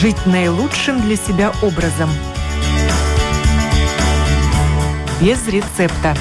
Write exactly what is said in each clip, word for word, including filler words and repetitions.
жить наилучшим для себя образом. Без рецепта.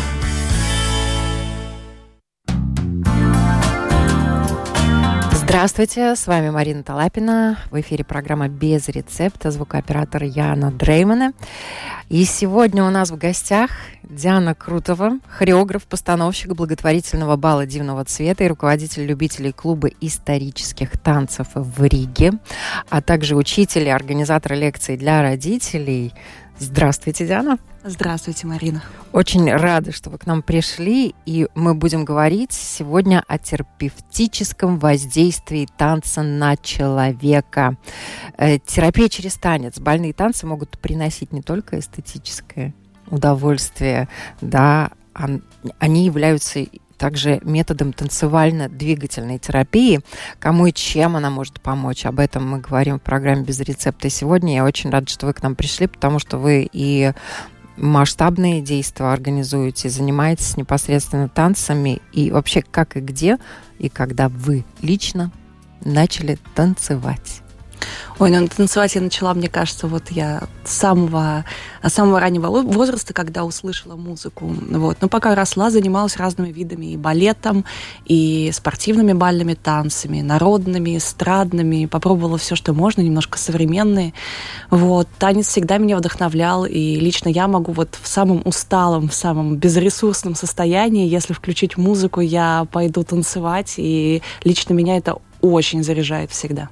Здравствуйте, с вами Марина Талапина. В эфире программа «Без рецепта», звукооператор Яна Дреймане. И сегодня у нас в гостях Диана Крутова, хореограф, постановщик благотворительного бала «Дивного цвета» и руководитель любителей клуба исторических танцев в Риге, а также учитель и организатор лекций для родителей. Здравствуйте, Диана. Здравствуйте, Марина. Очень рада, что вы к нам пришли, и мы будем говорить сегодня о терапевтическом воздействии танца на человека. Э, терапия через танец. Бальные танцы могут приносить не только эстетическое удовольствие, да, они являются также методом танцевально-двигательной терапии. Кому и чем она может помочь, об этом мы говорим в программе «Без рецепта». И сегодня я очень рада, что вы к нам пришли, потому что вы и масштабные действия организуете, занимаетесь непосредственно танцами, и вообще как и где, и когда вы лично начали танцевать. Ой, ну танцевать я начала, мне кажется, вот я с самого, с самого раннего возраста, когда услышала музыку. Вот. Но пока росла, занималась разными видами и балетом, и спортивными бальными танцами, народными, эстрадными. Попробовала все, что можно, немножко современные. Вот. Танец всегда меня вдохновлял, и лично я могу вот в самом усталом, в самом безресурсном состоянии, если включить музыку, я пойду танцевать, и лично меня это очень заряжает всегда.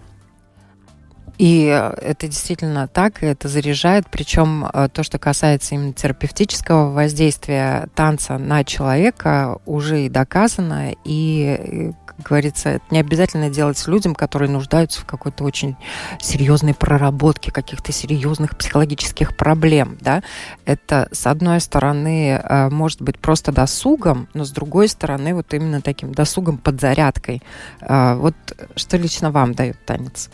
И это действительно так, и это заряжает. Причем то, что касается именно терапевтического воздействия танца на человека, уже и доказано. И, как говорится, это не обязательно делать людям, которые нуждаются в какой-то очень серьезной проработке каких-то серьезных психологических проблем. Да? Это, с одной стороны, может быть просто досугом, но с другой стороны, вот именно таким досугом, подзарядкой. Вот что лично вам дает танец?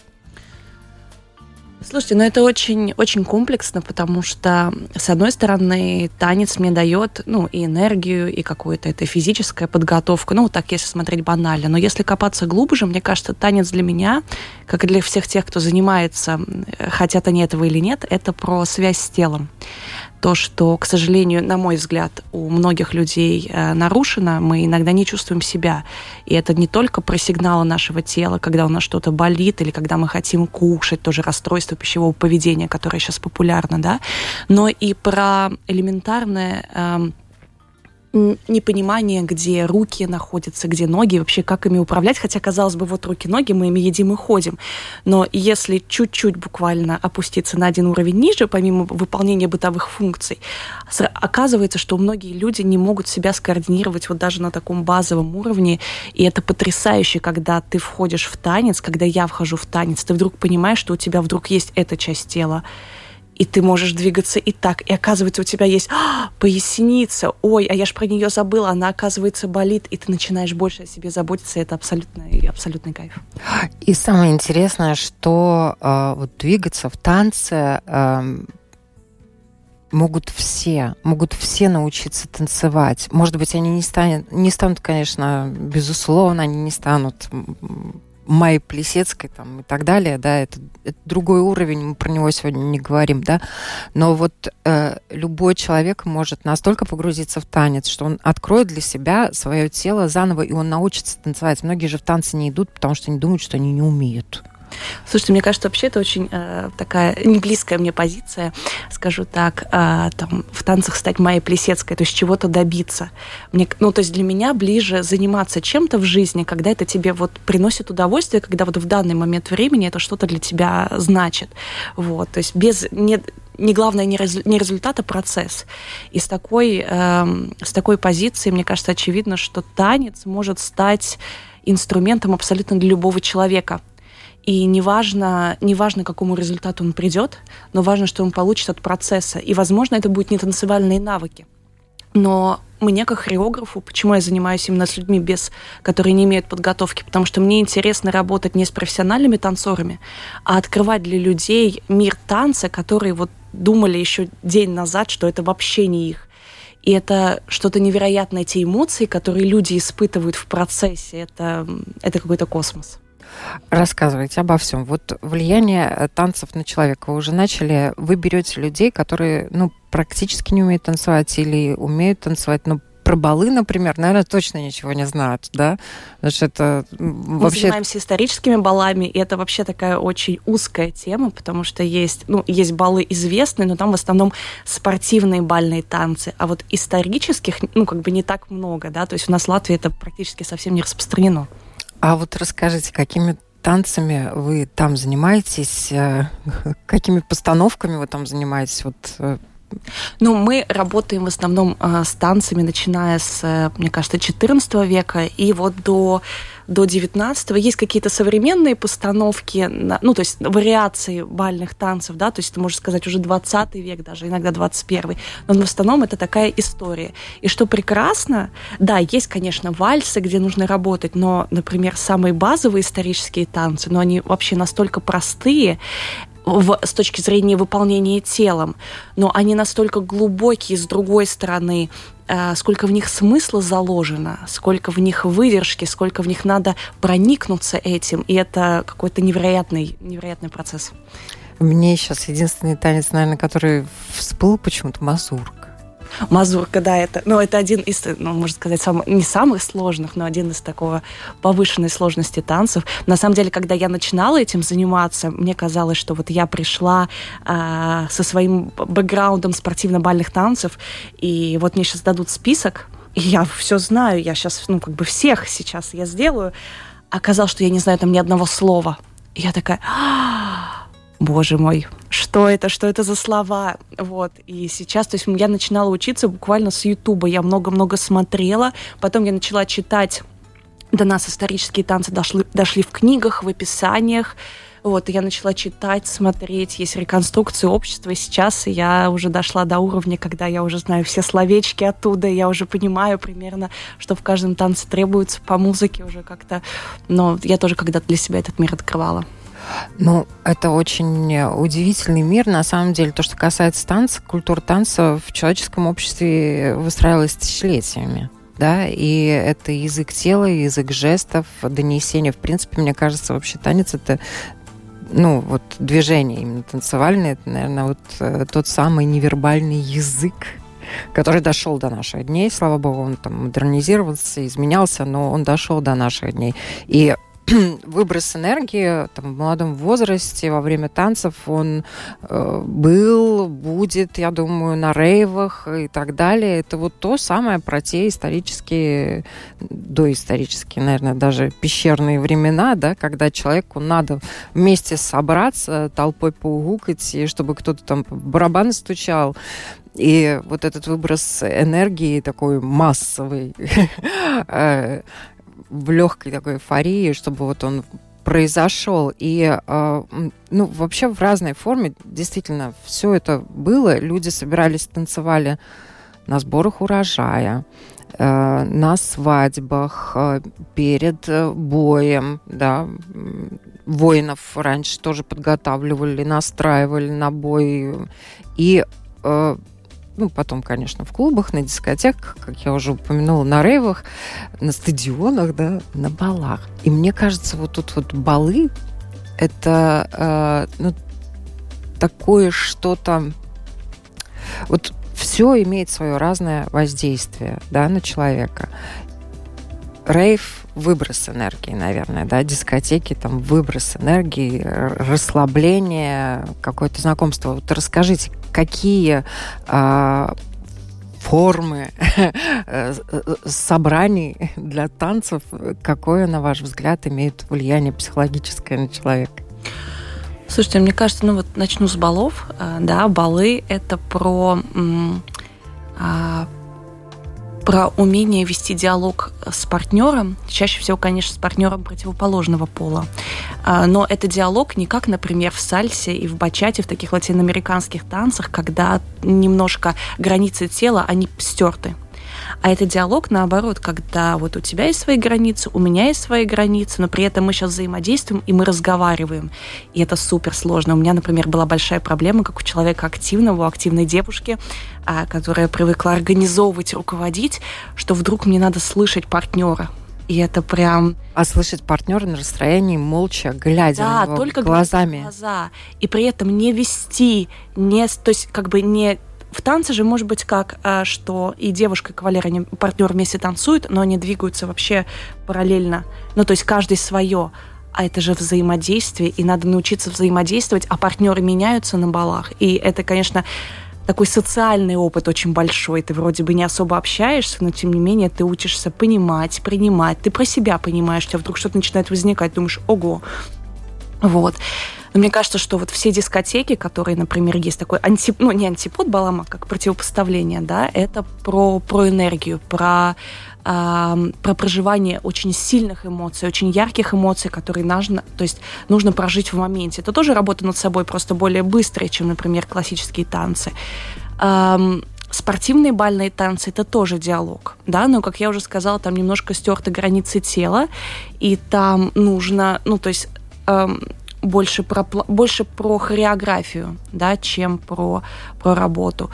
Слушайте, ну это очень, очень комплексно, потому что, с одной стороны, танец мне дает, ну, и энергию, и какую-то это физическая подготовка, ну, так если смотреть банально. Но если копаться глубже, мне кажется, танец для меня, как и для всех тех, кто занимается, хотят они этого или нет, это про связь с телом. То, что, к сожалению, на мой взгляд, у многих людей э, нарушено, мы иногда не чувствуем себя. И это не только про сигналы нашего тела, когда у нас что-то болит, или когда мы хотим кушать, тоже расстройство пищевого поведения, которое сейчас популярно, да, но и про элементарное э, непонимание, где руки находятся, где ноги, вообще как ими управлять, хотя, казалось бы, вот руки-ноги, мы ими едим и ходим, но если чуть-чуть буквально опуститься на один уровень ниже, помимо выполнения бытовых функций, оказывается, что многие люди не могут себя скоординировать вот даже на таком базовом уровне, и это потрясающе, когда ты входишь в танец, когда я вхожу в танец, ты вдруг понимаешь, что у тебя вдруг есть эта часть тела, и ты можешь двигаться и так. И оказывается, у тебя есть а, поясница. Ой, а я ж про нее забыла. Она, оказывается, болит. И ты начинаешь больше о себе заботиться. Это абсолютный, абсолютный кайф. И самое интересное, что э, вот двигаться в танце э, могут все. Могут все научиться танцевать. Может быть, они не станут, не станут, конечно, безусловно, они не станут Майей Плисецкой там, и так далее, да, это, это другой уровень, мы про него сегодня не говорим, да, но вот э, любой человек может настолько погрузиться в танец, что он откроет для себя свое тело заново, и он научится танцевать. Многие же в танцы не идут, потому что они думают, что они не умеют. Слушайте, мне кажется, вообще это очень э, такая не близкая мне позиция, скажу так, э, там, в танцах стать Майей Плисецкой, то есть чего-то добиться. Мне, ну, то есть для меня ближе заниматься чем-то в жизни, когда это тебе вот приносит удовольствие, когда вот в данный момент времени это что-то для тебя значит. Вот, то есть без... Не, не главное не, резу, не результат, а процесс. И с такой, э, с такой позиции, мне кажется, очевидно, что танец может стать инструментом абсолютно для любого человека. И неважно, неважно, к какому результату он придет, но важно, что он получит от процесса. И, возможно, это будут не танцевальные навыки. Но мне, как хореографу, почему я занимаюсь именно с людьми, без, которые не имеют подготовки? Потому что мне интересно работать не с профессиональными танцорами, а открывать для людей мир танца, которые вот думали еще день назад, что это вообще не их. И это что-то невероятное, те эмоции, которые люди испытывают в процессе. Это, это какой-то космос. Рассказывайте обо всем. Вот влияние танцев на человека. Вы уже начали, вы берете людей, которые, ну, практически не умеют танцевать или умеют танцевать, но про балы, например, наверное, точно ничего не знают, да? Значит, это Мы вообще... занимаемся историческими балами, и это вообще такая очень узкая тема, потому что есть, ну, есть балы известные, но там в основном спортивные бальные танцы, а вот исторических, ну, как бы не так много, да, то есть у нас в Латвии это практически совсем не распространено. А вот расскажите, какими танцами вы там занимаетесь, какими постановками вы там занимаетесь, вот... Ну, мы работаем в основном э, с танцами, начиная с, э, мне кажется, четырнадцатого века и вот до, до девятнадцатого. Есть какие-то современные постановки, на, ну, то есть вариации бальных танцев, да, то есть это, можно сказать, уже двадцатый век, даже иногда двадцать первый. Но в основном это такая история. И что прекрасно, да, есть, конечно, вальсы, где нужно работать, но, например, самые базовые исторические танцы, но они вообще настолько простые, В, с точки зрения выполнения телом, но они настолько глубокие, с другой стороны, э, сколько в них смысла заложено, сколько в них выдержки, сколько в них надо проникнуться этим, и это какой-то невероятный, невероятный процесс. Мне сейчас единственный танец, наверное, который всплыл почему-то, мазурка. Мазурка, да, это, ну, это один из, ну, можно сказать, сам, не самых сложных, но один из такого повышенной сложности танцев. На самом деле, когда я начинала этим заниматься, мне казалось, что вот я пришла э, со своим бэкграундом спортивно-бальных танцев, и вот мне сейчас дадут список, и я все знаю, я сейчас, ну, как бы всех сейчас я сделаю. Оказалось, что я не знаю там ни одного слова. И я такая... Боже мой, что это, что это за слова? Вот. И сейчас, то есть я начинала учиться буквально с Ютуба, я много-много смотрела, потом я начала читать, до нас исторические танцы дошли, дошли в книгах, в описаниях, вот, и я начала читать, смотреть, есть реконструкции общества, и сейчас я уже дошла до уровня, когда я уже знаю все словечки оттуда, я уже понимаю примерно, что в каждом танце требуется по музыке уже как-то, но я тоже когда-то для себя этот мир открывала. Ну, это очень удивительный мир. На самом деле, то, что касается танца, культура танца в человеческом обществе выстраивалась тысячелетиями. Да, и это язык тела, язык жестов, донесение. В принципе, мне кажется, вообще танец — это, ну, вот движение именно танцевальное, это, наверное, вот тот самый невербальный язык, который дошел до наших дней. Слава богу, он там модернизировался, изменялся, но он дошел до наших дней. И выброс энергии там, в молодом возрасте во время танцев, он э, был, будет, я думаю, на рейвах и так далее. Это вот то самое про те исторические, доисторические, наверное, даже пещерные времена, да, когда человеку надо вместе собраться, толпой поугукать, и чтобы кто-то там барабаны стучал. И вот этот выброс энергии такой массовый, в легкой такой эйфории, чтобы вот он произошел. И, э, ну, вообще в разной форме действительно все это было. Люди собирались, танцевали на сборах урожая, э, на свадьбах, э, перед боем, да. Воинов раньше тоже подготавливали, настраивали на бой. И э, ну, потом, конечно, в клубах, на дискотеках, как я уже упомянула, на рейвах, на стадионах, да, на балах. И мне кажется, вот тут вот балы — это э, ну, такое что-то... Вот все имеет свое разное воздействие, да, на человека. Рейв — выброс энергии, наверное, да, дискотеки, там, выброс энергии, расслабление, какое-то знакомство. Вот расскажите, какие э, формы собраний для танцев, какое, на ваш взгляд, имеет влияние психологическое на человека? Слушайте, мне кажется, ну вот начну с балов. Да, балы — это про... про умение вести диалог с партнером, чаще всего, конечно, с партнером противоположного пола. Но это диалог не как, например, в сальсе и в бачате, в таких латиноамериканских танцах, когда немножко границы тела, они стерты. А это диалог, наоборот, когда вот у тебя есть свои границы, у меня есть свои границы, но при этом мы сейчас взаимодействуем, и мы разговариваем. И это супер сложно. У меня, например, была большая проблема, как у человека активного, у активной девушки, которая привыкла организовывать, руководить, что вдруг мне надо слышать партнера. и это прям... А слышать партнера на расстоянии, молча, глядя да, на него только глазами. Глаза. И при этом не вести, не, то есть как бы не... В танце же может быть как, что и девушка, и кавалер, они, партнер вместе танцуют, но они двигаются вообще параллельно. Ну, то есть каждый свое. А это же взаимодействие, и надо научиться взаимодействовать, а партнеры меняются на балах. И это, конечно, такой социальный опыт очень большой. Ты вроде бы не особо общаешься, но тем не менее ты учишься понимать, принимать. Ты про себя понимаешь, у тебя вдруг что-то начинает возникать, думаешь, ого. Вот. Но мне кажется, что вот все дискотеки, которые, например, есть такой анти... ну, не антипод балама, как противопоставление, да, это про, про энергию, про, э, про проживание очень сильных эмоций, очень ярких эмоций, которые нужно, то есть нужно прожить в моменте. Это тоже работа над собой просто более быстрая, чем, например, классические танцы. Эм, Спортивные бальные танцы – это тоже диалог, да, но, как я уже сказала, там немножко стерты границы тела, и там нужно, ну, то есть эм, больше про, больше про хореографию, да, чем про, про работу.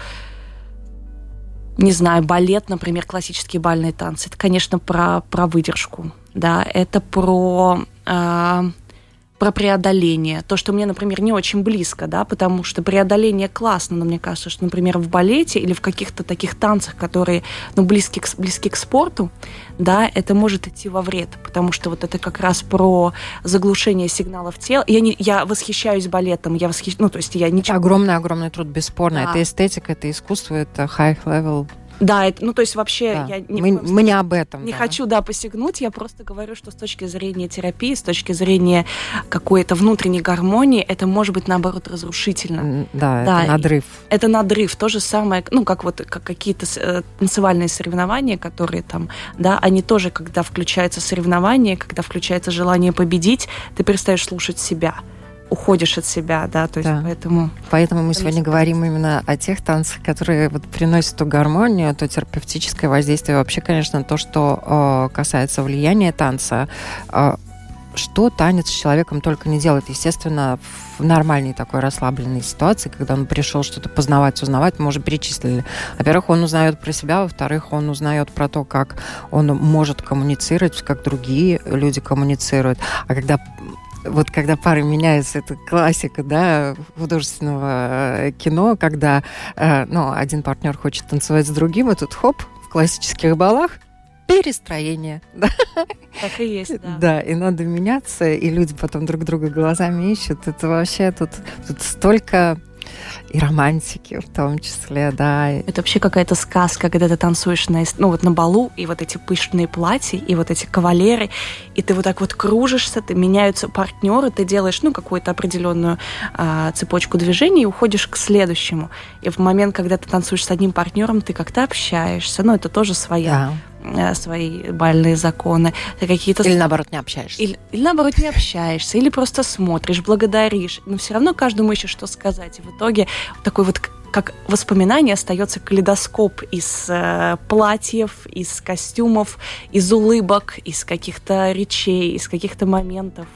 Не знаю, балет, например, классические бальные танцы – это, конечно, про, про выдержку, да, это про... Э, про преодоление. То, что мне, например, не очень близко, да, потому что преодоление классно, но мне кажется, что, например, в балете или в каких-то таких танцах, которые, ну, близки к, близки к спорту, да, это может идти во вред, потому что вот это как раз про заглушение сигналов тела. Я, не, я восхищаюсь балетом, я восхищаюсь, ну, то есть я ничего... Огромный-огромный труд, бесспорно. Да. Это эстетика, это искусство, это high-level. Да, это, ну, то есть вообще Да. я не, мы, мы не об этом. Не да. хочу, да, посягнуть, я просто говорю, что с точки зрения терапии, с точки зрения какой-то внутренней гармонии, это может быть, наоборот, разрушительно. Да, да, это надрыв. Это надрыв, то же самое, ну, как вот как какие-то э, танцевальные соревнования, которые там, да, они тоже, когда включаются соревнования, когда включается желание победить, ты перестаешь слушать себя. Уходишь от себя, да, то есть да. поэтому... Поэтому мы сегодня говорим именно о тех танцах, которые вот приносят ту гармонию, то терапевтическое воздействие. Вообще, конечно, то, что э, касается влияния танца, э, что танец с человеком только не делает. Естественно, в нормальной такой расслабленной ситуации, когда он пришел что-то познавать, узнавать, мы уже перечислили. Во-первых, он узнает про себя, во-вторых, он узнает про то, как он может коммуницировать, как другие люди коммуницируют. А когда... Вот когда пары меняются, это классика, да, художественного кино, когда э, ну, один партнер хочет танцевать с другим, и тут хоп, в классических балах перестроение. Да? Так и есть, да. Да, и надо меняться, и люди потом друг друга глазами ищут. Это вообще тут, тут столько... И романтики в том числе, да. Это вообще какая-то сказка, когда ты танцуешь на, ну, вот на балу, и вот эти пышные платья, и вот эти кавалеры, и ты вот так вот кружишься, ты меняются партнеры, ты делаешь, ну, какую-то определенную а, цепочку движений и уходишь к следующему. И в момент, когда ты танцуешь с одним партнером, ты как-то общаешься, ну, это тоже своя... Да. Свои бальные законы. Ты какие-то... Или наоборот не общаешься. Или, или наоборот не общаешься, или просто смотришь, благодаришь. Но все равно каждому еще что сказать. И в итоге такой вот как воспоминание остается калейдоскоп из э, платьев, из костюмов, из улыбок, из каких-то речей, из каких-то моментов.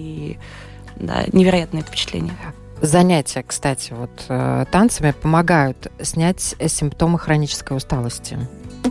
И да, невероятное впечатление. Занятия, кстати, вот э, танцами помогают снять симптомы хронической усталости.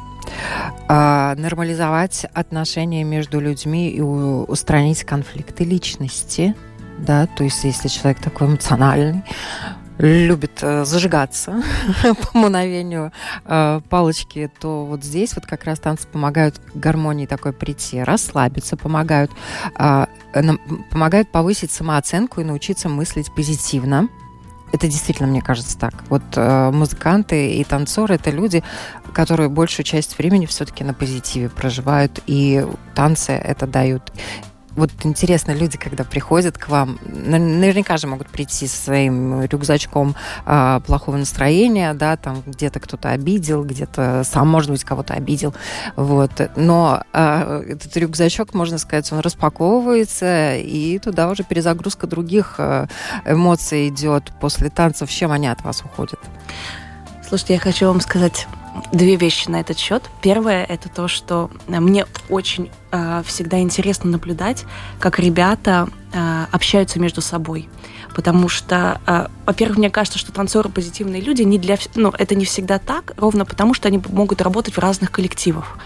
Нормализовать отношения между людьми и устранить конфликты личности, да, то есть если человек такой эмоциональный, любит э, зажигаться по мановению э, палочки, то вот здесь вот как раз танцы помогают к гармонии такой прийти, расслабиться, помогают, э, нам, помогают повысить самооценку и научиться мыслить позитивно. Это действительно, мне кажется, так. Вот э, музыканты и танцоры – это люди, которые большую часть времени все-таки на позитиве проживают, и танцы это дают. Вот интересно, люди, когда приходят к вам, наверняка же могут прийти со своим рюкзачком э, плохого настроения, да, там где-то кто-то обидел, где-то сам, может быть, кого-то обидел, вот. Но э, этот рюкзачок, можно сказать, он распаковывается, и туда уже перезагрузка других э, эмоций идет после танцев. С чем они от вас уходят? Слушайте, я хочу вам сказать две вещи на этот счет. Первое – это то, что мне очень э, всегда интересно наблюдать, как ребята э, общаются между собой. Потому что, э, во-первых, мне кажется, что танцоры позитивные люди, не для, ну, это не всегда так, ровно потому, что они могут работать в разных коллективах.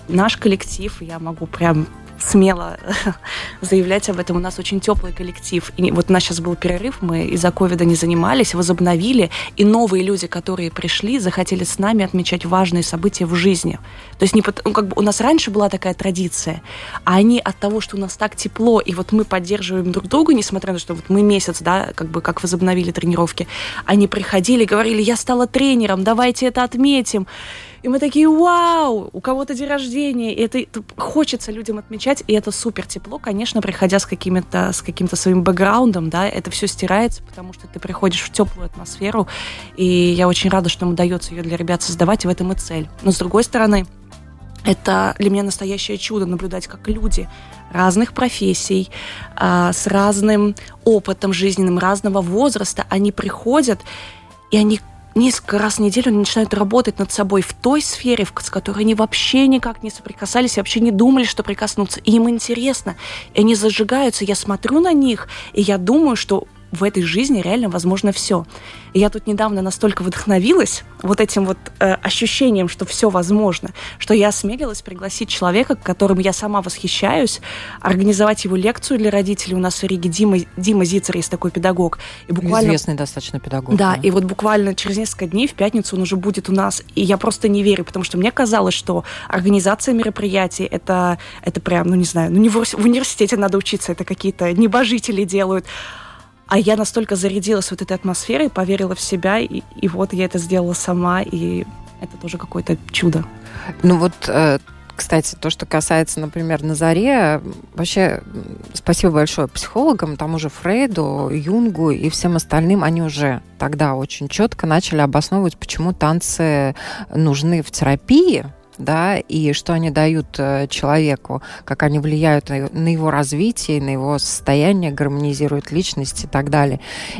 наш коллектив, я могу прям смело заявлять об этом. У нас очень теплый коллектив. И вот у нас сейчас был перерыв, мы из-за ковида не занимались, возобновили, и новые люди, которые пришли, захотели с нами отмечать важные события в жизни. То есть не, ну, как бы у нас раньше была такая традиция, а они от того, что у нас так тепло, и вот мы поддерживаем друг друга, несмотря на то, что вот мы месяц, да, как бы как возобновили тренировки, они приходили и говорили: я стала тренером, давайте это отметим. И мы такие: вау, у кого-то день рождения, и это, это хочется людям отмечать, и это супер тепло. Конечно, приходя с, какими-то, с каким-то своим бэкграундом, да, это все стирается, потому что ты приходишь в теплую атмосферу, и я очень рада, что нам удается ее для ребят создавать, и в этом и цель. Но с другой стороны, это для меня настоящее чудо наблюдать, как люди разных профессий, с разным опытом жизненным, разного возраста, они приходят, и они несколько раз в неделю они начинают работать над собой в той сфере, с которой они вообще никак не соприкасались, вообще не думали, что прикоснуться. И им интересно, и они зажигаются. Я смотрю на них, и я думаю, что в этой жизни реально возможно все. И я тут недавно настолько вдохновилась вот этим вот э, ощущением, что все возможно, что я осмелилась пригласить человека, которым я сама восхищаюсь, организовать его лекцию для родителей. У нас в Риге Дима, Дима Зицер есть такой педагог. И буквально... Известный достаточно педагог. Да, да, и вот буквально через несколько дней, в пятницу, он уже будет у нас. И я просто не верю, потому что мне казалось, что организация мероприятий, это, это прям, ну не знаю, ну не в, в университете надо учиться, это какие-то небожители делают. А я настолько зарядилась вот этой атмосферой, поверила в себя, и, и вот я это сделала сама, и это тоже какое-то чудо. Ну вот, кстати, то, что касается, например, на заре, вообще спасибо большое психологам, тому же Фрейду, Юнгу и всем остальным, они уже тогда очень четко начали обосновывать, почему танцы нужны в терапии, да, и что они дают человеку, как они влияют на его развитие, на его состояние, гармонизируют личность и так далее.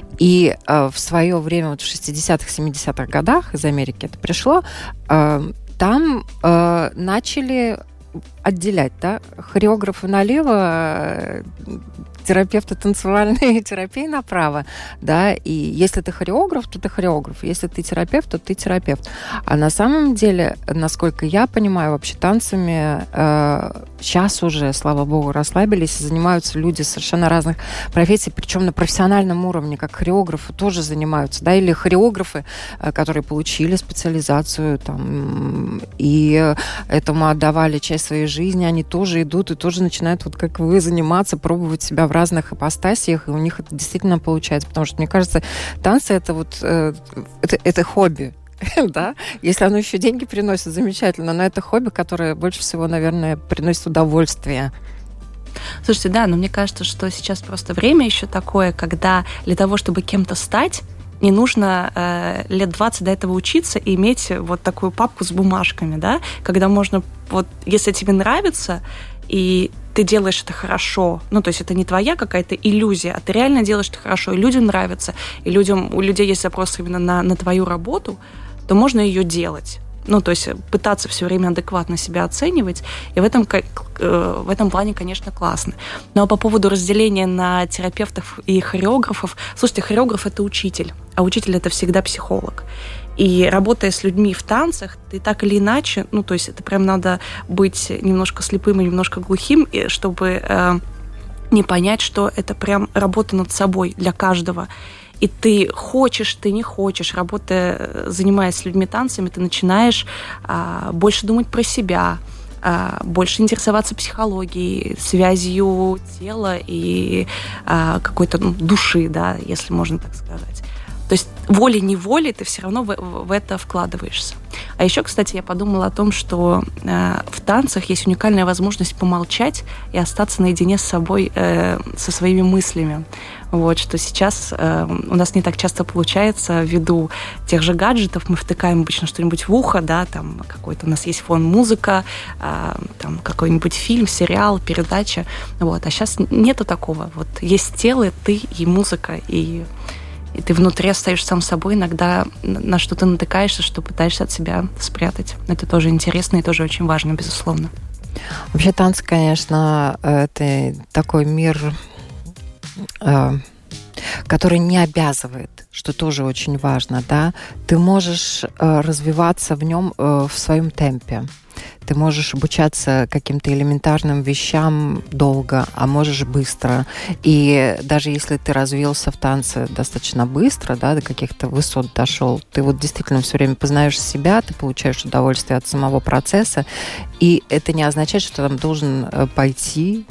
И э, в свое время, вот в шестидесятых, семидесятых годах из Америки это пришло, э, там э, начали отделять, да, хореографы налево, терапевты танцевальной терапии направо, да, и если ты хореограф, то ты хореограф, если ты терапевт, то ты терапевт. А на самом деле, насколько я понимаю, вообще танцами э, сейчас уже, слава богу, расслабились, занимаются люди совершенно разных профессий, причем на профессиональном уровне, как хореографы тоже занимаются, да, или хореографы, э, которые получили специализацию, там, и этому отдавали часть своей жизни, они тоже идут и тоже начинают, вот как вы, заниматься, пробовать себя в разных ипостасиях, и у них это действительно получается, потому что, мне кажется, танцы — это вот э, это, это хобби, да, если оно еще деньги приносит, замечательно, но это хобби, которое больше всего, наверное, приносит удовольствие. Слушайте, да, но мне кажется, что сейчас просто время еще такое, когда для того, чтобы кем-то стать, не нужно э, лет двадцать до этого учиться и иметь вот такую папку с бумажками, да, когда можно, вот, если тебе нравится, и ты делаешь это хорошо, ну, то есть это не твоя какая-то иллюзия, а ты реально делаешь это хорошо, и людям нравится, и людям, у людей есть запрос именно на, на твою работу, то можно ее делать. Ну, то есть пытаться все время адекватно себя оценивать, и в этом, в этом плане, конечно, классно. Ну, а по поводу разделения на терапевтов и хореографов, слушайте, хореограф — это учитель, а учитель — это всегда психолог. И работая с людьми в танцах, ты так или иначе, ну, то есть это прям надо быть немножко слепым и немножко глухим, чтобы э, не понять, что это прям работа над собой для каждого. И ты хочешь, ты не хочешь, работая, занимаясь с людьми танцами, ты начинаешь а, больше думать про себя, а, больше интересоваться психологией, связью тела и а, какой-то, ну, души, да, если можно так сказать. То есть волей-неволей ты все равно в, в это вкладываешься. А еще, кстати, я подумала о том, что э, в танцах есть уникальная возможность помолчать и остаться наедине с собой, э, со своими мыслями. Вот, что сейчас э, у нас не так часто получается ввиду тех же гаджетов. Мы втыкаем обычно что-нибудь в ухо, да, там какой-то у нас есть фон, музыка, э, там какой-нибудь фильм, сериал, передача. Вот, а сейчас нету такого. Вот есть тело, ты и музыка, и И ты внутри остаешься сам собой, иногда на что-то натыкаешься, что пытаешься от себя спрятать. Это тоже интересно и тоже очень важно, безусловно. Вообще танцы, конечно, это такой мир, который не обязывает, что тоже очень важно, да. Ты можешь развиваться в нем в своем темпе. Ты можешь обучаться каким-то элементарным вещам долго, а можешь быстро. И даже если ты развился в танце достаточно быстро, да, до каких-то высот дошел, ты вот действительно все время познаешь себя, ты получаешь удовольствие от самого процесса. И это не означает, что ты там должен пойти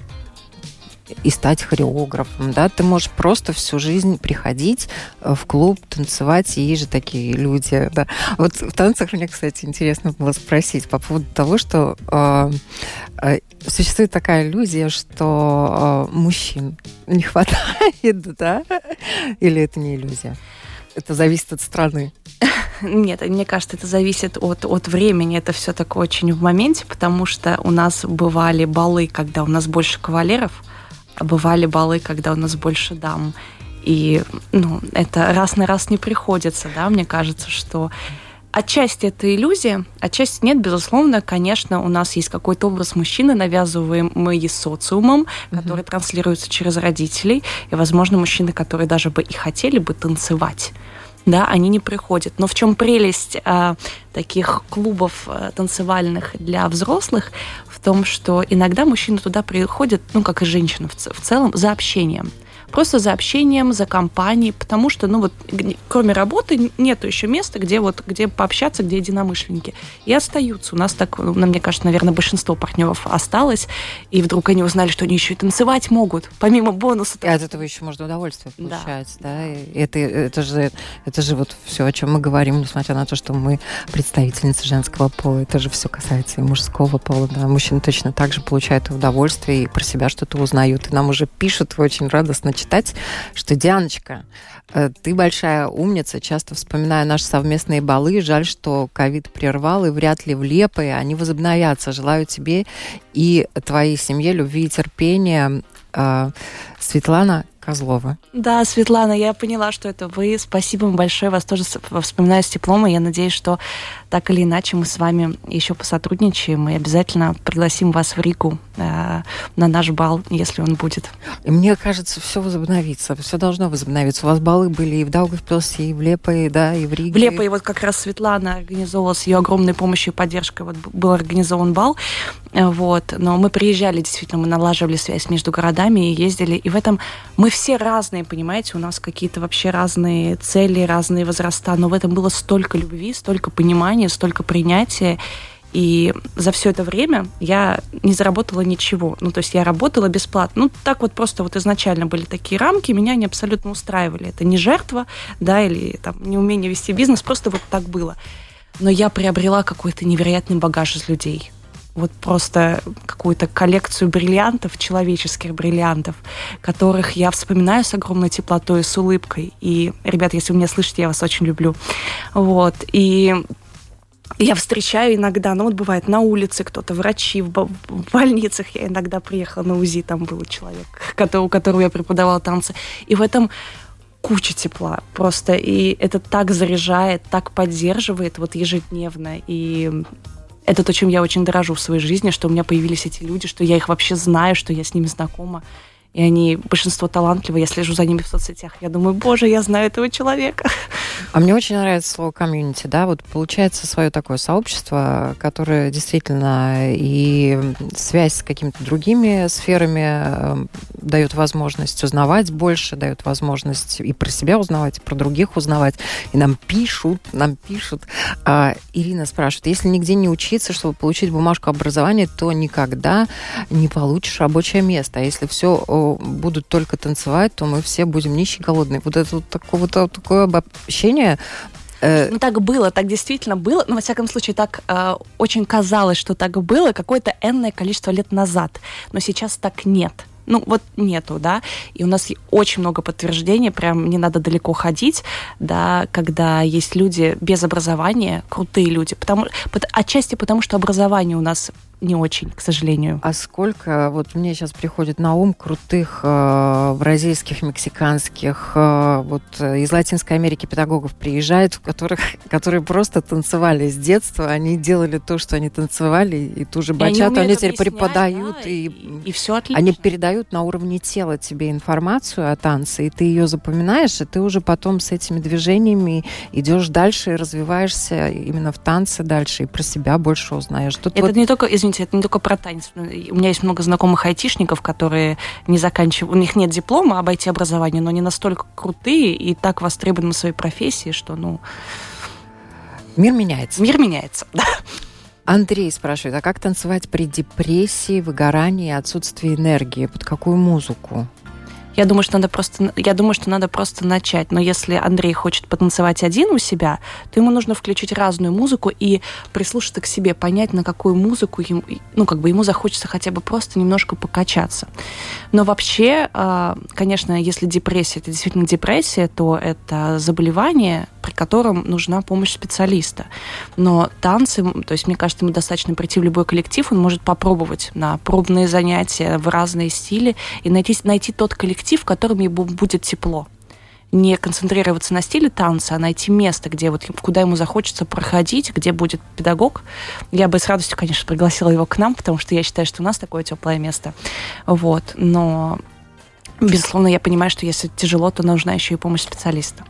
и стать хореографом, да, ты можешь просто всю жизнь приходить в клуб, танцевать, и есть же такие люди, да. Вот в танцах мне, кстати, интересно было спросить по поводу того, что э, э, существует такая иллюзия, что э, мужчин не хватает, да, или это не иллюзия? Это зависит от страны. Нет, мне кажется, это зависит от, от времени. Это все такое очень в моменте, потому что у нас бывали балы, когда у нас больше кавалеров, а бывали балы, когда у нас больше дам. И ну, это раз на раз не приходится, да, мне кажется, что отчасти это иллюзия, отчасти нет, безусловно, конечно, у нас есть какой-то образ мужчины, навязываемый социумом, mm-hmm. который транслируется через родителей, и, возможно, мужчины, которые даже бы и хотели бы танцевать, да, они не приходят. Но в чем прелесть а, таких клубов а, танцевальных для взрослых? В том, что иногда мужчины туда приходят, ну, как и женщины в, ц- в целом, за общением. Просто за общением, за компанией, потому что, ну, вот, кроме работы нету еще места, где, вот, где пообщаться, где единомышленники. И остаются. У нас так, ну, мне кажется, наверное, большинство партнеров осталось, и вдруг они узнали, что они еще и танцевать могут, помимо бонуса. И от этого еще можно удовольствие получать, да. да? Это, это, же, это же вот все, о чем мы говорим, несмотря на то, что мы представительницы женского пола. Это же все касается и мужского пола. Да. Мужчины точно так же получают удовольствие и про себя что-то узнают. И нам уже пишут очень радостно читать, что Дианочка, ты большая умница, часто вспоминаю наши совместные балы. Жаль, что ковид прервал, и вряд ли в Лепое они возобновятся. Желаю тебе и твоей семье любви и терпения. Светлана Козлова. Да, Светлана, я поняла, что это вы. Спасибо вам большое. Вас тоже вспоминаю с теплом, и я надеюсь, что так или иначе мы с вами еще посотрудничаем и обязательно пригласим вас в Ригу э, на наш бал, если он будет. И мне кажется, все возобновится, все должно возобновиться. У вас балы были и в Даугавпилсе, и в Лепое, да, и в Риге. В Лепое вот как раз Светлана организовала с ее огромной помощью и поддержкой. Вот был организован бал, вот. Но мы приезжали, действительно, мы налаживали связь между городами и ездили, и в этом мы все разные, понимаете, у нас какие-то вообще разные цели, разные возраста, но в этом было столько любви, столько понимания, столько принятия. И за все это время я не заработала ничего. Ну, то есть я работала бесплатно. Ну, так вот просто вот изначально были такие рамки, меня они абсолютно устраивали. Это не жертва, да, или там неумение вести бизнес, просто вот так было. Но я приобрела какой-то невероятный багаж из людей. Вот просто какую-то коллекцию бриллиантов, человеческих бриллиантов, которых я вспоминаю с огромной теплотой и с улыбкой. И, ребят, если вы меня слышите, я вас очень люблю. Вот. И я встречаю иногда, ну вот бывает на улице кто-то, врачи, в, бо- в больницах. Я иногда приехала на УЗИ, там был человек, который, у которого я преподавала танцы. И в этом куча тепла просто. И это так заряжает, так поддерживает вот ежедневно. И это то, чем я очень дорожу в своей жизни, что у меня появились эти люди, что я их вообще знаю, что я с ними знакома. И они, большинство талантливые, я слежу за ними в соцсетях. Я думаю, боже, я знаю этого человека. А мне очень нравится слово комьюнити, да, вот получается свое такое сообщество, которое действительно и связь с какими-то другими сферами дает возможность узнавать больше, дает возможность и про себя узнавать, и про других узнавать. И нам пишут, нам пишут. А, Ирина спрашивает, если нигде не учиться, чтобы получить бумажку образования, то никогда не получишь рабочее место. А если все будут только танцевать, то мы все будем нищие, голодные. Вот это вот такое, вот такое обобщение. Ну, так было, так действительно было. Но, во всяком случае, так э, очень казалось, что так было какое-то энное количество лет назад. Но сейчас так нет. Ну, вот нету, да, и у нас очень много подтверждений, прям не надо далеко ходить, да, когда есть люди без образования, крутые люди, потому, отчасти потому, что образование у нас не очень, к сожалению. А сколько, вот мне сейчас приходит на ум, крутых э, бразильских, мексиканских, э, вот из Латинской Америки педагогов приезжают, в которых, которые просто танцевали с детства, они делали то, что они танцевали, и ту же бачату они, они теперь преподают, да, и, и, и все отлично. Они передают на уровне тела тебе информацию о танце, и ты ее запоминаешь, и ты уже потом с этими движениями идешь дальше и развиваешься именно в танце дальше, и про себя больше узнаешь. Тут это вот... не только, извините, это не только про танец. У меня есть много знакомых айтишников, которые не заканчивают, у них нет диплома об ай ти-образовании, но они настолько крутые и так востребованы в своей профессии, что, ну... Мир меняется. Мир меняется, да. Андрей спрашивает, а как танцевать при депрессии, выгорании и отсутствии энергии? Под какую музыку? Я думаю, что надо просто, я думаю, что надо просто начать. Но если Андрей хочет потанцевать один у себя, то ему нужно включить разную музыку и прислушаться к себе, понять, на какую музыку ему, ну, как бы ему захочется хотя бы просто немножко покачаться. Но вообще, конечно, если депрессия, это действительно депрессия, то это заболевание, при котором нужна помощь специалиста. Но танцы, то есть, мне кажется, ему достаточно прийти в любой коллектив, он может попробовать на пробные занятия в разные стили и найти, найти тот коллектив, в котором ему будет тепло. Не концентрироваться на стиле танца, а найти место, где вот, куда ему захочется проходить, где будет педагог. Я бы с радостью, конечно, пригласила его к нам, потому что я считаю, что у нас такое теплое место. Вот. Но, безусловно, я понимаю, что если тяжело, то нужна еще и помощь специалиста.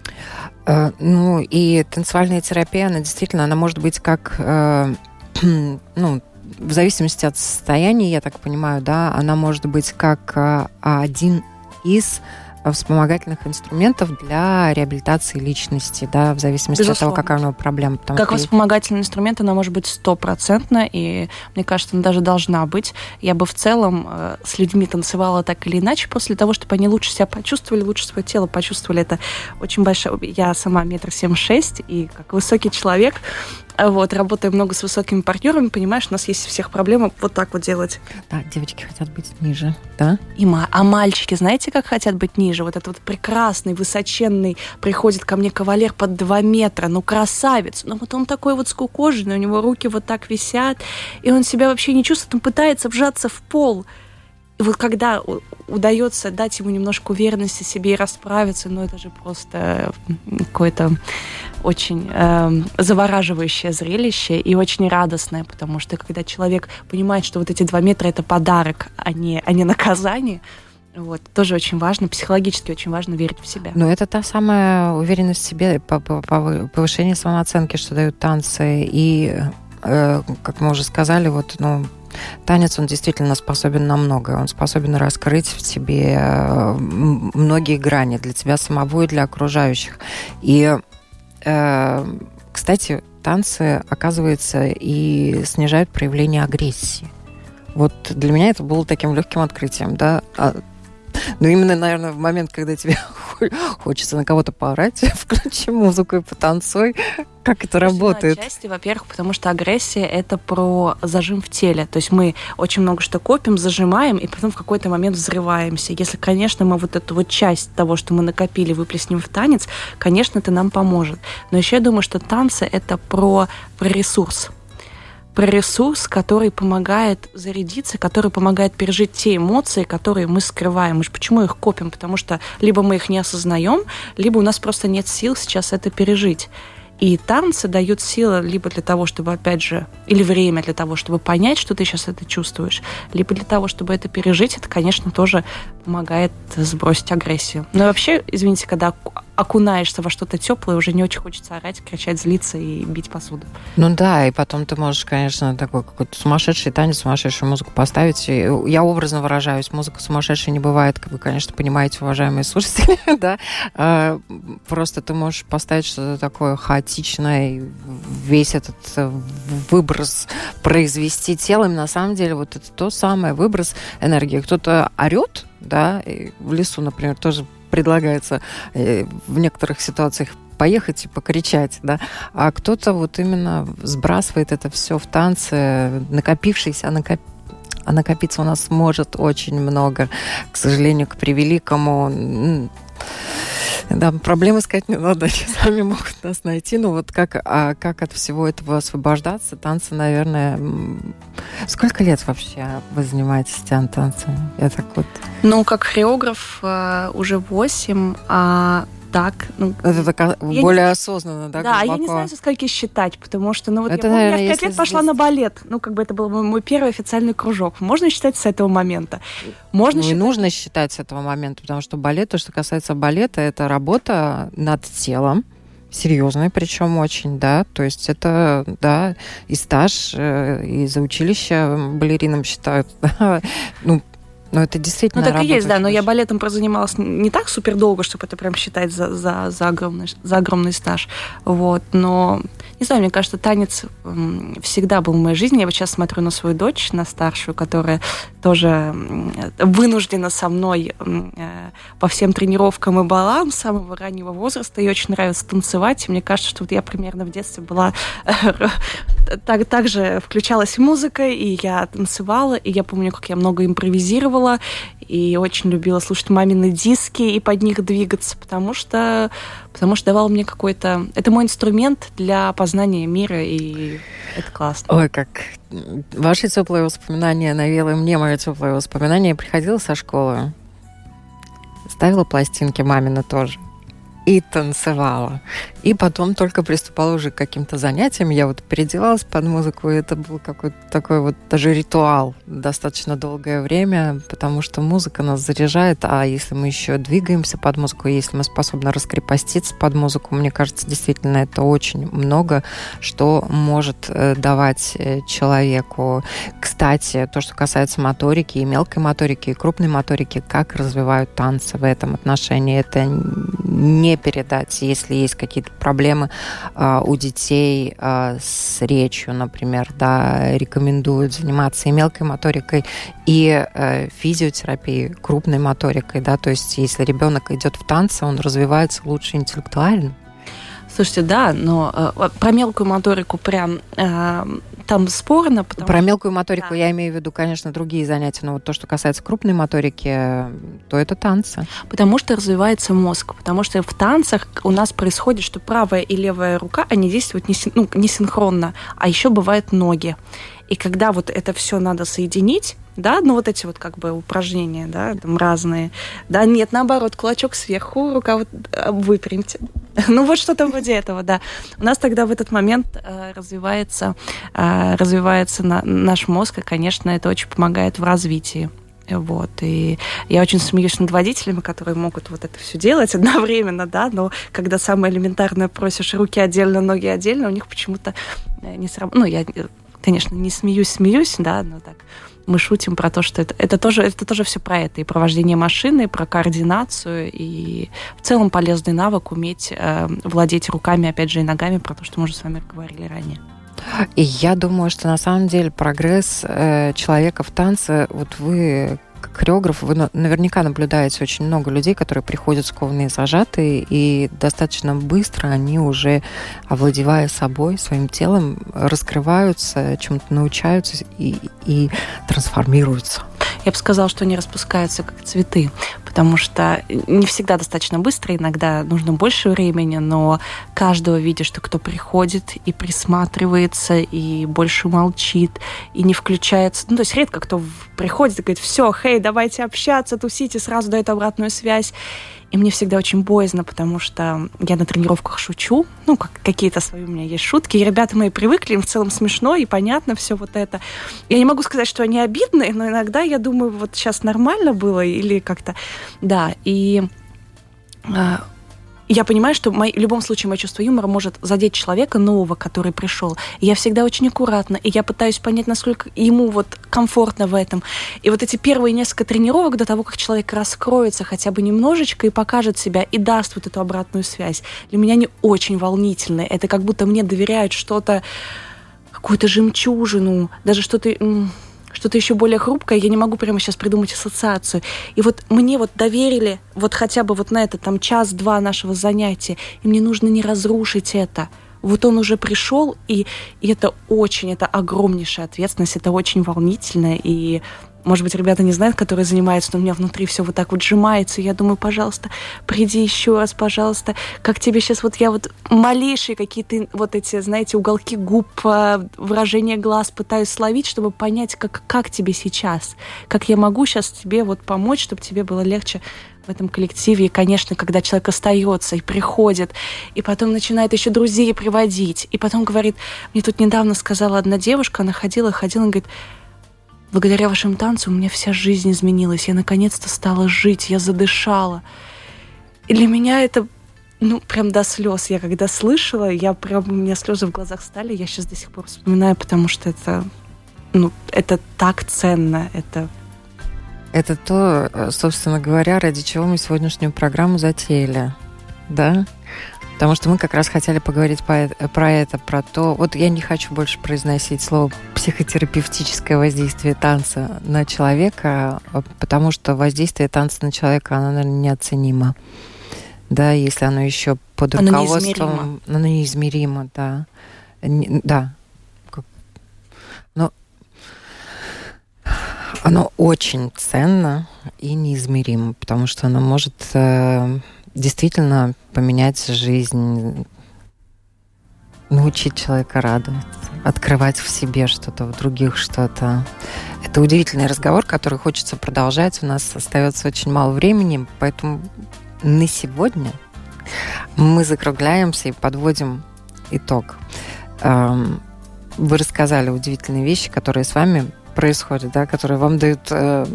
Uh, ну, и танцевальная терапия, она действительно, она может быть как, uh, ну, в зависимости от состояния, я так понимаю, да, она может быть как uh, один из вспомогательных инструментов для реабилитации личности, да, в зависимости Безусловно. От того, какая у него проблема. Как что... вспомогательный инструмент она может быть стопроцентно, и мне кажется, она даже должна быть. Я бы в целом э, с людьми танцевала так или иначе, после того, чтобы они лучше себя почувствовали, лучше свое тело почувствовали. Это очень большая... Я сама метр семьдесят шесть, и как высокий человек, вот, работаю много с высокими партнерами, понимаешь, у нас есть у всех проблемы вот так вот делать. Да, девочки хотят быть ниже, да? И ма- а мальчики, знаете, как хотят быть ниже? Вот этот вот прекрасный, высоченный, приходит ко мне кавалер под два метра, ну, красавец, но вот он такой вот скукоженный, у него руки вот так висят, и он себя вообще не чувствует, он пытается вжаться в пол. И вот когда удается дать ему немножко уверенности в себе и расправиться, ну, это же просто какое-то очень э, завораживающее зрелище и очень радостное, потому что когда человек понимает, что вот эти два метра – это подарок, а не, а не наказание, вот, тоже очень важно, психологически очень важно верить в себя. Ну, это та самая уверенность в себе, повышение самооценки, что дают танцы. И, э, как мы уже сказали, вот, ну, танец, он действительно способен на многое. Он способен раскрыть в тебе многие грани для тебя самого и для окружающих. И, э, кстати, танцы, оказывается, и снижают проявление агрессии. Вот для меня это было таким легким открытием, да. Ну, именно, наверное, в момент, когда тебе хочется на кого-то поорать, включи музыку и потанцуй. Как это работает? Отчасти, во-первых, потому что агрессия – это про зажим в теле. То есть мы очень много что копим, зажимаем, и потом в какой-то момент взрываемся. Если, конечно, мы вот эту вот часть того, что мы накопили, выплеснем в танец, конечно, это нам поможет. Но еще я думаю, что танцы – это про, про ресурс. Про ресурс, который помогает зарядиться, который помогает пережить те эмоции, которые мы скрываем. Мы же почему их копим? Потому что либо мы их не осознаем, либо у нас просто нет сил сейчас это пережить. И танцы дают силы либо для того, чтобы, опять же, или время для того, чтобы понять, что ты сейчас это чувствуешь, либо для того, чтобы это пережить. Это, конечно, тоже помогает сбросить агрессию. Но вообще, извините, когда окунаешься во что-то теплое, уже не очень хочется орать, кричать, злиться и бить посуду. Ну да, и потом ты можешь, конечно, такой какой-то сумасшедший танец, сумасшедшую музыку поставить. Я образно выражаюсь, музыка сумасшедшая не бывает, как вы, конечно, понимаете, уважаемые слушатели, да. Просто ты можешь поставить что-то такое хаотичное, весь этот выброс произвести телом. На самом деле вот это то самое, выброс энергии. Кто-то орет, да, в лесу, например, тоже предлагается э, в некоторых ситуациях поехать и покричать, да, а кто-то вот именно сбрасывает это все в танце, накопившись, а, накоп... а накопиться у нас может очень много, к сожалению, к превеликому. Да, проблемы искать не надо, они сами могут нас найти. Ну вот как, а как от всего этого освобождаться? Танцы, наверное... Сколько лет вообще вы занимаетесь танцами? Я так вот... Ну, как хореограф уже восемь, а так... Ну, это так более не... осознанно, да? Да, глубоко. Я не знаю, со скольки считать, потому что, ну вот это, я помню, наверное, я в пять лет пошла здесь... на балет. Ну, как бы это был мой первый официальный кружок. Можно считать с этого момента? Можно ну, считать... и нужно считать с этого момента, потому что балет, то, что касается балета, это работа над телом, серьезная, причем очень, да, то есть это, да, и стаж, и за училище балеринам считают, да, ну, но это действительно ну, так и есть, да, но очень... я балетом прозанималась не так супер долго, чтобы это прям считать за, за, за, огромный, за огромный стаж, вот, но, не знаю, мне кажется, танец всегда был в моей жизни. Я вот сейчас смотрю на свою дочь, на старшую, которая тоже вынуждена со мной по всем тренировкам и балам с самого раннего возраста, ей очень нравится танцевать, и мне кажется, что вот я примерно в детстве была, так, также включалась музыка, и я танцевала, и я помню, как я много импровизировала, и очень любила слушать мамины диски и под них двигаться, потому что, потому что давал мне какой-то... Это мой инструмент для познания мира, и это классно. Ой, как ваши теплые воспоминания навело мне мое теплое воспоминание. Я приходила со школы, ставила пластинки мамины тоже и танцевала. И потом только приступала уже к каким-то занятиям. Я вот переодевалась под музыку, и это был какой-то такой вот даже ритуал достаточно долгое время, потому что музыка нас заряжает, а если мы еще двигаемся под музыку, если мы способны раскрепоститься под музыку, мне кажется, действительно это очень много, что может давать человеку. Кстати, то, что касается моторики, и мелкой моторики, и крупной моторики, как развивают танцы в этом отношении, это не передать, если есть какие-то проблемы а, у детей а, с речью, например, да, рекомендуют заниматься и мелкой моторикой, и а, физиотерапией, крупной моторикой, да, то есть если ребенок идет в танцы, он развивается лучше интеллектуально. Слушайте, да, но э, про мелкую моторику прям э, там спорно. Потому про мелкую моторику да. Я имею в виду, конечно, другие занятия, но вот то, что касается крупной моторики, то это танцы. Потому что развивается мозг, потому что в танцах у нас происходит, что правая и левая рука, они действуют не, ну, не синхронно, а еще бывают ноги. И когда вот это все надо соединить, да, ну вот эти вот как бы упражнения, да, там разные, да, нет, наоборот, кулачок сверху, рука вот выпрямьте. Ну вот что-то вроде этого, да. У нас тогда в этот момент э, развивается, э, развивается на, наш мозг, и, конечно, это очень помогает в развитии. Вот. И я очень смеюсь над водителями, которые могут вот это все делать одновременно, да, но когда самое элементарное просишь руки отдельно, ноги отдельно, у них почему-то не сработает. Ну, я, конечно, не смеюсь, смеюсь, да, но так мы шутим про то, что это, это, тоже, это тоже все про это. И про вождение машины, и про координацию, и в целом полезный навык уметь э, владеть руками, опять же, и ногами, про то, что мы уже с вами говорили ранее. И я думаю, что на самом деле прогресс э, человека в танце, вот вы, как хореограф, вы наверняка наблюдаете очень много людей, которые приходят скованные, зажатые, и достаточно быстро они уже, овладевая собой, своим телом, раскрываются, чему-то научаются и, и трансформируются. Я бы сказала, что они распускаются как цветы, потому что не всегда достаточно быстро, иногда нужно больше времени, но каждого видишь, что кто приходит и присматривается, и больше молчит, и не включается. Ну, то есть редко кто приходит и говорит: все, хей, давайте общаться, тусите, сразу дает обратную связь. И мне всегда очень боязно, потому что я на тренировках шучу, ну, как, какие-то свои у меня есть шутки, и ребята мои привыкли, им в целом смешно и понятно все вот это. Я не могу сказать, что они обидные, но иногда я думаю, вот сейчас нормально было или как-то... Да, и... Я понимаю, что в любом случае мое чувство юмора может задеть человека нового, который пришел. И я всегда очень аккуратна, и я пытаюсь понять, насколько ему вот комфортно в этом. И вот эти первые несколько тренировок до того, как человек раскроется хотя бы немножечко и покажет себя, и даст вот эту обратную связь, для меня они очень волнительные. Это как будто мне доверяют что-то, какую-то жемчужину, даже что-то... что-то еще более хрупкое, я не могу прямо сейчас придумать ассоциацию. И вот мне вот доверили вот хотя бы вот на это там час-два нашего занятия, и мне нужно не разрушить это. Вот он уже пришел, и, и это очень, это огромнейшая ответственность, это очень волнительно, и Может быть, ребята не знают, которые занимаются, но у меня внутри все вот так вот сжимается. И я думаю, пожалуйста, приди еще раз, пожалуйста. Как тебе сейчас вот я вот малейшие какие-то вот эти, знаете, уголки губ, выражение глаз пытаюсь словить, чтобы понять, как, как тебе сейчас. Как я могу сейчас тебе вот помочь, чтобы тебе было легче в этом коллективе. И, конечно, когда человек остается и приходит, и потом начинает еще друзей приводить, и потом говорит, мне тут недавно сказала одна девушка, она ходила, ходила, и говорит, благодаря вашим танцам у меня вся жизнь изменилась. Я наконец-то стала жить, я задышала. И для меня это, ну, прям до слез. Я когда слышала, я прям, у меня слезы в глазах стали. Я сейчас до сих пор вспоминаю, потому что это, ну, это так ценно. Это... это то, собственно говоря, ради чего мы сегодняшнюю программу затеяли. Да? Потому что мы как раз хотели поговорить про это, про то... Вот я не хочу больше произносить слово психотерапевтическое воздействие танца на человека, потому что воздействие танца на человека, оно, наверное, неоценимо. Да, если оно еще под оно руководством... Неизмеримо. Оно неизмеримо, да. Не, да. Но оно очень ценно и неизмеримо, потому что оно может... действительно поменять жизнь, научить человека радоваться, открывать в себе что-то, в других что-то. Это удивительный разговор, который хочется продолжать. У нас остается очень мало времени, поэтому на сегодня мы закругляемся и подводим итог. Вы рассказали удивительные вещи, которые с вами происходят, да, которые вам дают...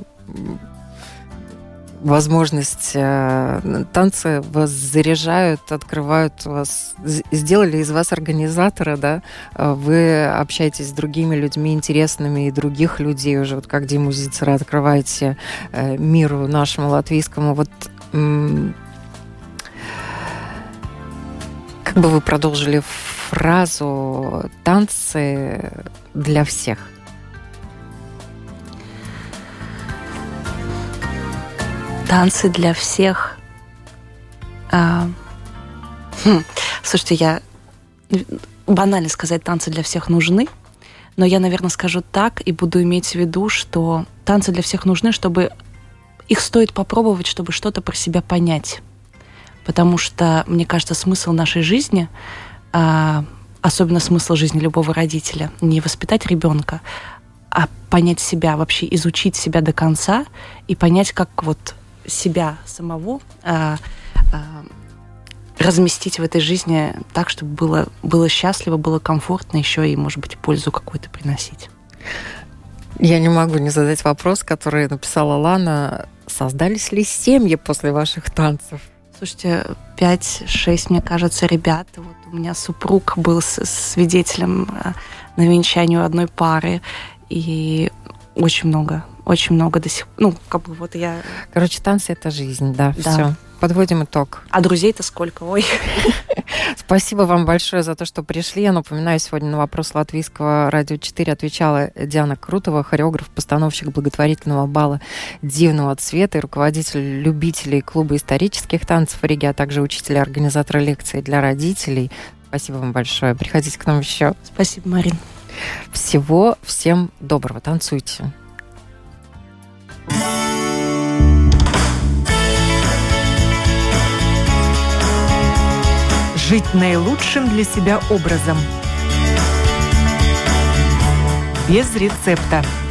возможность. Танцы вас заряжают, открывают вас, сделали из вас организатора, да, вы общаетесь с другими людьми интересными, и других людей уже, вот как Дима Зицера, открываете миру нашему латвийскому. Вот как бы вы продолжили фразу «танцы для всех»? Танцы для всех. А, хм, слушайте, я банально сказать, танцы для всех нужны, но я, наверное, скажу так и буду иметь в виду, что танцы для всех нужны, чтобы их стоит попробовать, чтобы что-то про себя понять. Потому что, мне кажется, смысл нашей жизни, а, особенно смысл жизни любого родителя, не воспитать ребенка, а понять себя, вообще изучить себя до конца и понять, как вот себя самого а, а, разместить в этой жизни так, чтобы было, было счастливо, было комфортно, еще и, может быть, пользу какую-то приносить. Я не могу не задать вопрос, который написала Лана. Создались ли семьи после ваших танцев? Слушайте, пять-шесть, мне кажется, ребят. Вот у меня супруг был свидетелем на венчании одной пары. И очень много, очень много до сих пор. Ну, как бы вот я... Короче, танцы — это жизнь, да, да. Все. Подводим итог. А друзей-то сколько? Ой. Спасибо вам большое за то, что пришли. Я напоминаю, сегодня на вопрос Латвийского радио четыре отвечала Диана Крутова, хореограф, постановщик благотворительного бала «Дивного цвета» и руководитель любителей клуба исторических танцев в Риге, а также учитель и организатор лекций для родителей. Спасибо вам большое. Приходите к нам еще. Спасибо, Марин. Всего всем доброго. Танцуйте. Жить наилучшим для себя образом. Без рецепта.